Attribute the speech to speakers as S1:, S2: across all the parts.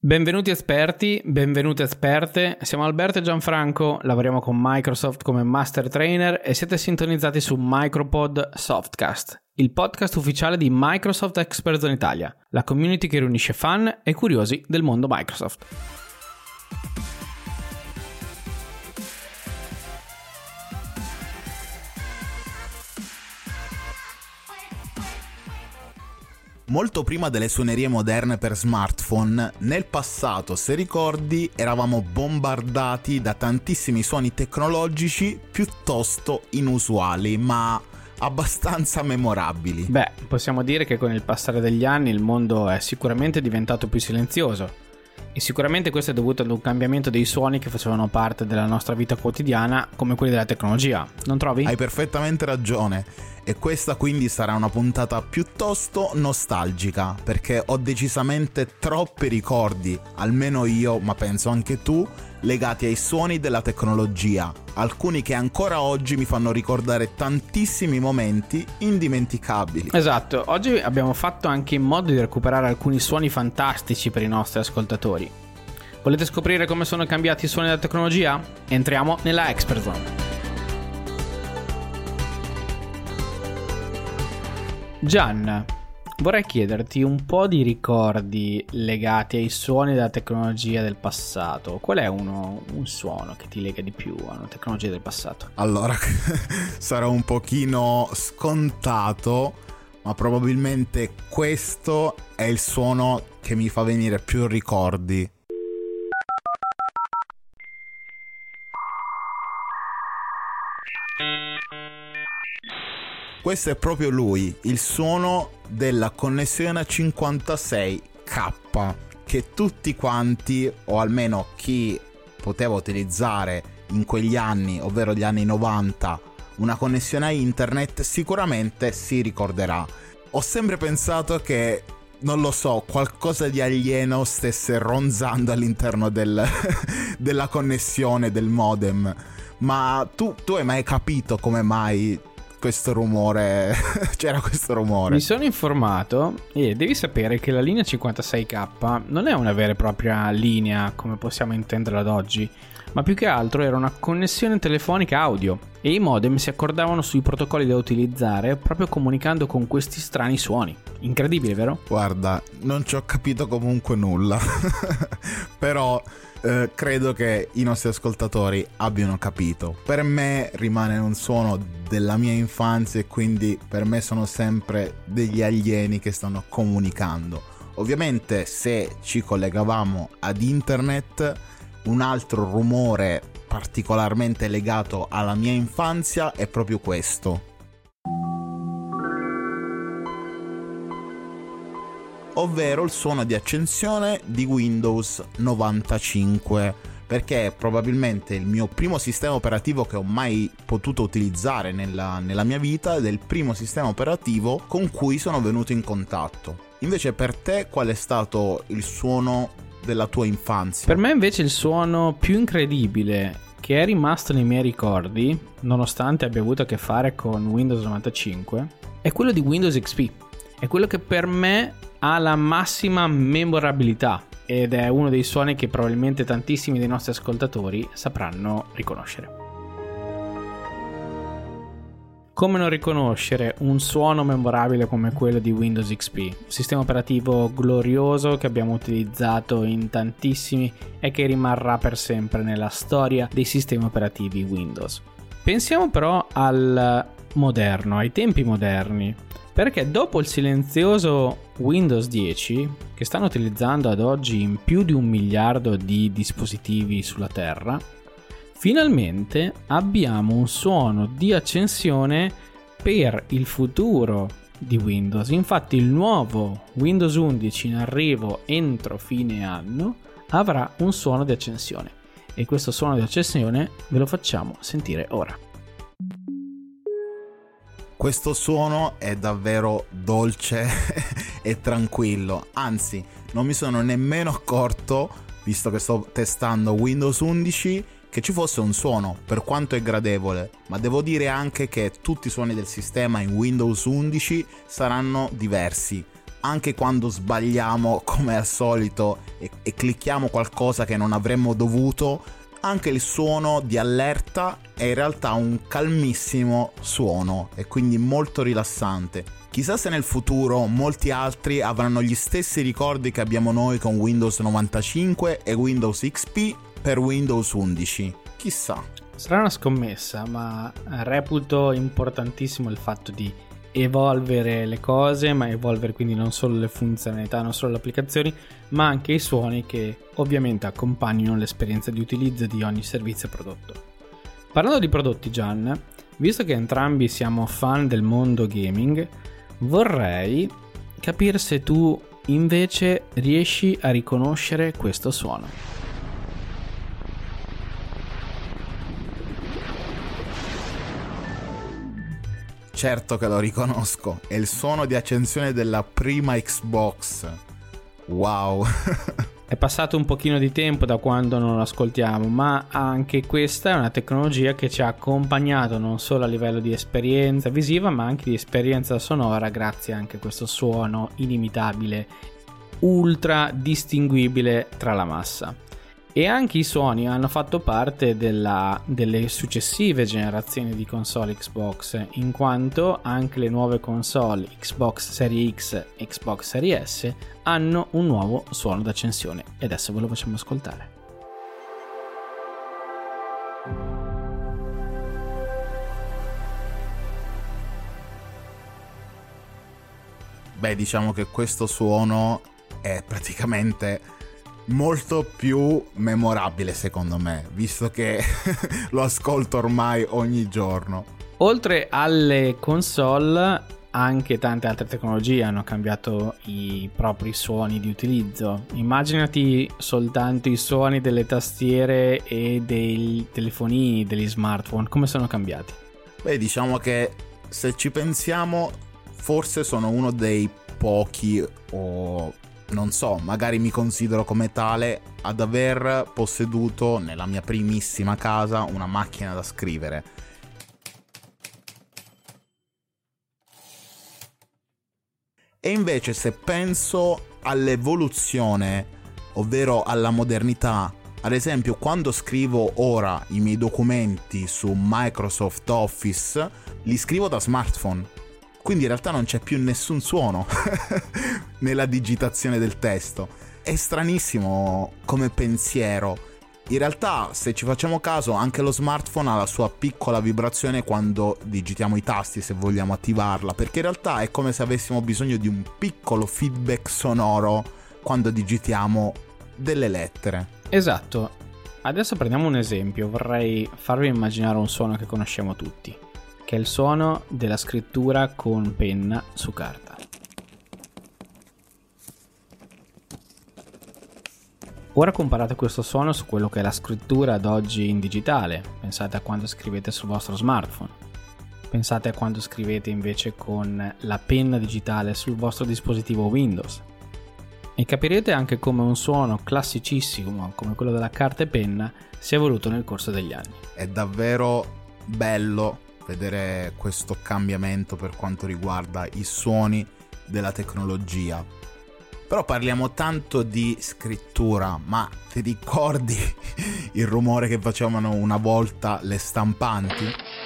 S1: Benvenuti esperti, benvenute esperte, siamo Alberto e Gianfranco, lavoriamo con Microsoft come Master Trainer e siete sintonizzati su Micropod Softcast, il podcast ufficiale di Microsoft Expert Zone Italia, la community che riunisce fan e curiosi del mondo Microsoft.
S2: Molto prima delle suonerie moderne per smartphone, nel passato, se ricordi, eravamo bombardati da tantissimi suoni tecnologici piuttosto inusuali, ma abbastanza memorabili.
S1: Beh, possiamo dire che con il passare degli anni il mondo è sicuramente diventato più silenzioso. E sicuramente questo è dovuto ad un cambiamento dei suoni che facevano parte della nostra vita quotidiana, come quelli della tecnologia, non trovi?
S2: Hai perfettamente ragione. E questa quindi sarà una puntata piuttosto nostalgica, perché ho decisamente troppi ricordi, almeno io, ma penso anche tu, legati ai suoni della tecnologia, alcuni che ancora oggi mi fanno ricordare tantissimi momenti indimenticabili.
S1: Esatto, oggi abbiamo fatto anche in modo di recuperare alcuni suoni fantastici per i nostri ascoltatori. Volete scoprire come sono cambiati i suoni della tecnologia? Entriamo nella Expert Zone. Gian, vorrei chiederti un po' di ricordi legati ai suoni della tecnologia del passato. Qual è un suono che ti lega di più a una tecnologia del passato?
S2: Allora, sarà un pochino scontato, ma probabilmente questo è il suono che mi fa venire più ricordi. Questo è proprio lui, il suono della connessione 56K, che tutti quanti, o almeno chi poteva utilizzare in quegli anni, ovvero gli anni 90, una connessione a internet, sicuramente si ricorderà. Ho sempre pensato che, non lo so, qualcosa di alieno stesse ronzando all'interno della connessione, del modem. Ma tu hai mai capito come mai questo rumore c'era questo rumore?
S1: Mi sono informato e devi sapere che la linea 56K non è una vera e propria linea come possiamo intenderla ad oggi, ma più che altro era una connessione telefonica audio e i modem si accordavano sui protocolli da utilizzare proprio comunicando con questi strani suoni. Incredibile, vero?
S2: Guarda, non ci ho capito comunque nulla però credo che i nostri ascoltatori abbiano capito. Per me rimane un suono della mia infanzia e quindi per me sono sempre degli alieni che stanno comunicando. Ovviamente se ci collegavamo ad internet, un altro rumore particolarmente legato alla mia infanzia è proprio questo, ovvero il suono di accensione di Windows 95, perché è probabilmente il mio primo sistema operativo che ho mai potuto utilizzare nella mia vita ed è il primo sistema operativo con cui sono venuto in contatto. Invece per te qual è stato il suono della tua infanzia?
S1: Per me invece il suono più incredibile che è rimasto nei miei ricordi, nonostante abbia avuto a che fare con Windows 95, è quello di Windows XP. È quello che per me ha la massima memorabilità ed è uno dei suoni che probabilmente tantissimi dei nostri ascoltatori sapranno riconoscere. Come non riconoscere un suono memorabile come quello di Windows XP, un sistema operativo glorioso che abbiamo utilizzato in tantissimi e che rimarrà per sempre nella storia dei sistemi operativi Windows. Pensiamo però al moderno, ai tempi moderni, perché dopo il silenzioso Windows 10, che stanno utilizzando ad oggi in più di 1 miliardo di dispositivi sulla Terra, finalmente abbiamo un suono di accensione per il futuro di Windows. Infatti il nuovo Windows 11 in arrivo entro fine anno avrà un suono di accensione e questo suono di accensione ve lo facciamo sentire ora.
S2: Questo suono è davvero dolce e tranquillo, anzi non mi sono nemmeno accorto, visto che sto testando Windows 11, che ci fosse un suono, per quanto è gradevole, ma devo dire anche che tutti i suoni del sistema in Windows 11 saranno diversi, anche quando sbagliamo come al solito e clicchiamo qualcosa che non avremmo dovuto, anche il suono di allerta è in realtà un calmissimo suono e quindi molto rilassante. Chissà se nel futuro molti altri avranno gli stessi ricordi che abbiamo noi con Windows 95 e Windows XP per Windows 11. Chissà.
S1: Sarà una scommessa, ma reputo importantissimo il fatto di evolvere le cose, ma evolvere quindi non solo le funzionalità, non solo le applicazioni, ma anche i suoni che ovviamente accompagnano l'esperienza di utilizzo di ogni servizio e prodotto. Parlando di prodotti, Gian, visto che entrambi siamo fan del mondo gaming, vorrei capire se tu invece riesci a riconoscere questo suono.
S2: Certo che lo riconosco, è il suono di accensione della prima Xbox. Wow.
S1: È passato un pochino di tempo da quando non lo ascoltiamo, ma anche questa è una tecnologia che ci ha accompagnato non solo a livello di esperienza visiva, ma anche di esperienza sonora, grazie anche a questo suono inimitabile, ultra distinguibile tra la massa. E anche i suoni hanno fatto parte delle successive generazioni di console Xbox, in quanto anche le nuove console Xbox Series X e Xbox Series S hanno un nuovo suono d'accensione e adesso ve lo facciamo ascoltare.
S2: Beh, diciamo che questo suono è praticamente molto più memorabile secondo me, visto che lo ascolto ormai ogni giorno.
S1: Oltre alle console, anche tante altre tecnologie hanno cambiato i propri suoni di utilizzo. Immaginati soltanto i suoni delle tastiere e dei telefonini, degli smartphone, come sono cambiati?
S2: Beh, diciamo che se ci pensiamo, forse sono uno dei pochi, o non so, magari mi considero come tale, ad aver posseduto nella mia primissima casa una macchina da scrivere. E invece se penso all'evoluzione, ovvero alla modernità, ad esempio quando scrivo ora i miei documenti su Microsoft Office, li scrivo da smartphone. Quindi in realtà non c'è più nessun suono nella digitazione del testo. È stranissimo come pensiero. In realtà, se ci facciamo caso, anche lo smartphone ha la sua piccola vibrazione quando digitiamo i tasti, se vogliamo attivarla, perché in realtà è come se avessimo bisogno di un piccolo feedback sonoro quando digitiamo delle lettere.
S1: Esatto. Adesso prendiamo un esempio. Vorrei farvi immaginare un suono che conosciamo tutti, che è il suono della scrittura con penna su carta. Ora comparate questo suono su quello che è la scrittura ad oggi in digitale. Pensate a quando scrivete sul vostro smartphone. Pensate a quando scrivete invece con la penna digitale sul vostro dispositivo Windows. E capirete anche come un suono classicissimo come quello della carta e penna si è evoluto nel corso degli anni.
S2: È davvero bello vedere questo cambiamento per quanto riguarda i suoni della tecnologia. Però parliamo tanto di scrittura, ma ti ricordi il rumore che facevano una volta le stampanti?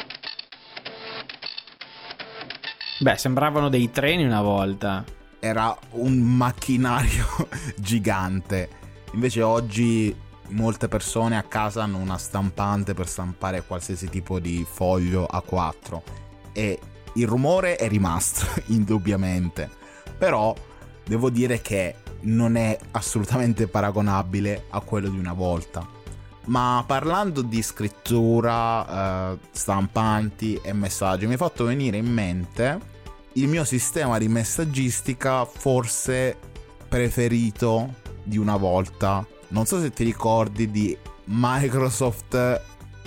S1: Beh, sembravano dei treni una volta.
S2: Era un macchinario gigante. Invece oggi molte persone a casa hanno una stampante per stampare qualsiasi tipo di foglio A4 e il rumore è rimasto indubbiamente, però devo dire che non è assolutamente paragonabile a quello di una volta. Ma parlando di scrittura, stampanti e messaggi, mi è fatto venire in mente il mio sistema di messaggistica forse preferito di una volta. Non so se ti ricordi di Microsoft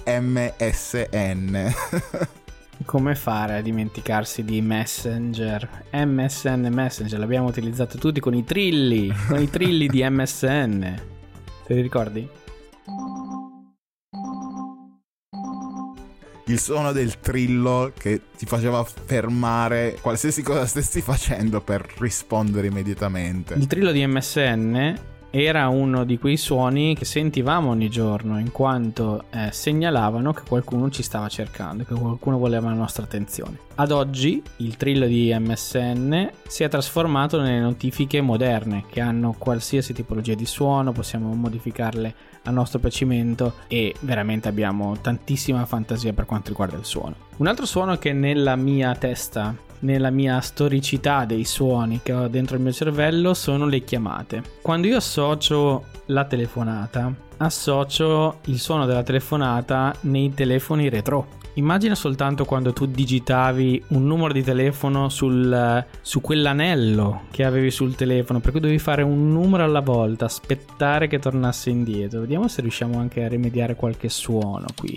S2: MSN.
S1: Come fare a dimenticarsi di Messenger? MSN Messenger, l'abbiamo utilizzato tutti con i trilli di MSN. Te li ricordi?
S2: il suono del trillo che ti faceva fermare qualsiasi cosa stessi facendo per rispondere immediatamente.
S1: Il trillo di MSN era uno di quei suoni che sentivamo ogni giorno, in quanto segnalavano che qualcuno ci stava cercando, che qualcuno voleva la nostra attenzione. Ad oggi il trillo di MSN si è trasformato nelle notifiche moderne, che hanno qualsiasi tipologia di suono, possiamo modificarle a nostro piacimento e veramente abbiamo tantissima fantasia per quanto riguarda il suono. Un altro suono che nella mia testa, nella mia storicità dei suoni che ho dentro il mio cervello, sono le chiamate. Quando io associo la telefonata, associo il suono della telefonata nei telefoni retro. Immagina soltanto quando tu digitavi un numero di telefono su quell'anello che avevi sul telefono, per cui dovevi fare un numero alla volta, aspettare che tornasse indietro. Vediamo se riusciamo anche a rimediare qualche suono qui.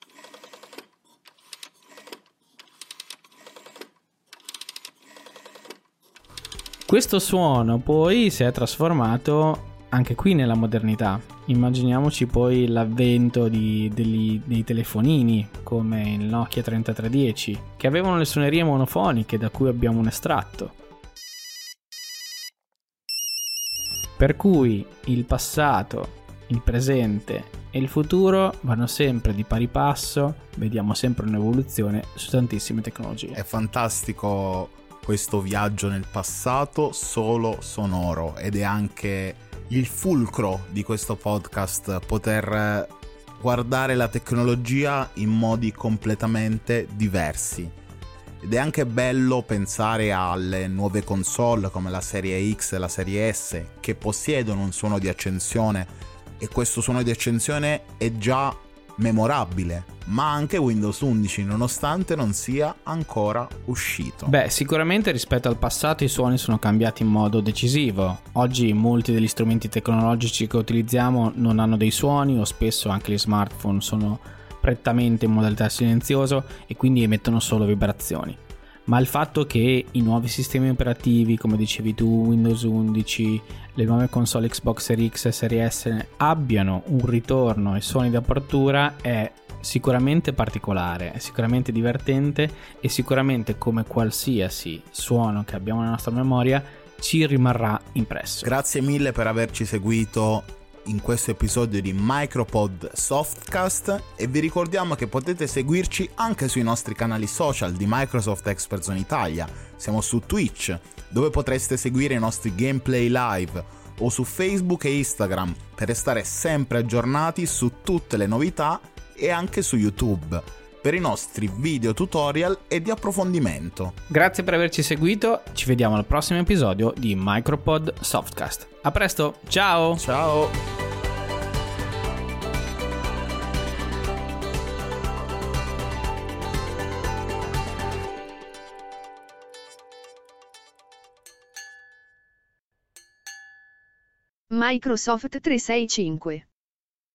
S1: Questo suono poi si è trasformato anche qui nella modernità. Immaginiamoci poi l'avvento dei telefonini come il Nokia 3310, che avevano le suonerie monofoniche da cui abbiamo un estratto. Per cui il passato, il presente e il futuro vanno sempre di pari passo, vediamo sempre un'evoluzione su tantissime tecnologie.
S2: È fantastico questo viaggio nel passato solo sonoro, ed è anche il fulcro di questo podcast, poter guardare la tecnologia in modi completamente diversi. Ed è anche bello pensare alle nuove console come la serie X e la serie S, che possiedono un suono di accensione, e questo suono di accensione è già memorabile, ma anche Windows 11, nonostante non sia ancora uscito.
S1: Beh, sicuramente rispetto al passato i suoni sono cambiati in modo decisivo. Oggi molti degli strumenti tecnologici che utilizziamo non hanno dei suoni, o spesso anche gli smartphone sono prettamente in modalità silenzioso e quindi emettono solo vibrazioni. Ma il fatto che i nuovi sistemi operativi, come dicevi tu, Windows 11, le nuove console Xbox Series X e Series S abbiano un ritorno ai suoni di apertura è sicuramente particolare, è sicuramente divertente e sicuramente, come qualsiasi suono che abbiamo nella nostra memoria, ci rimarrà impresso.
S2: Grazie mille per averci seguito in questo episodio di Micropod Softcast, e vi ricordiamo che potete seguirci anche sui nostri canali social di Microsoft Experts on Italia. Siamo su Twitch, dove potreste seguire i nostri gameplay live, o su Facebook e Instagram per restare sempre aggiornati su tutte le novità, e anche su YouTube per i nostri video tutorial e di approfondimento.
S1: Grazie per averci seguito, ci vediamo al prossimo episodio di Micropod Softcast. A presto, ciao!
S2: Ciao!
S3: Microsoft 365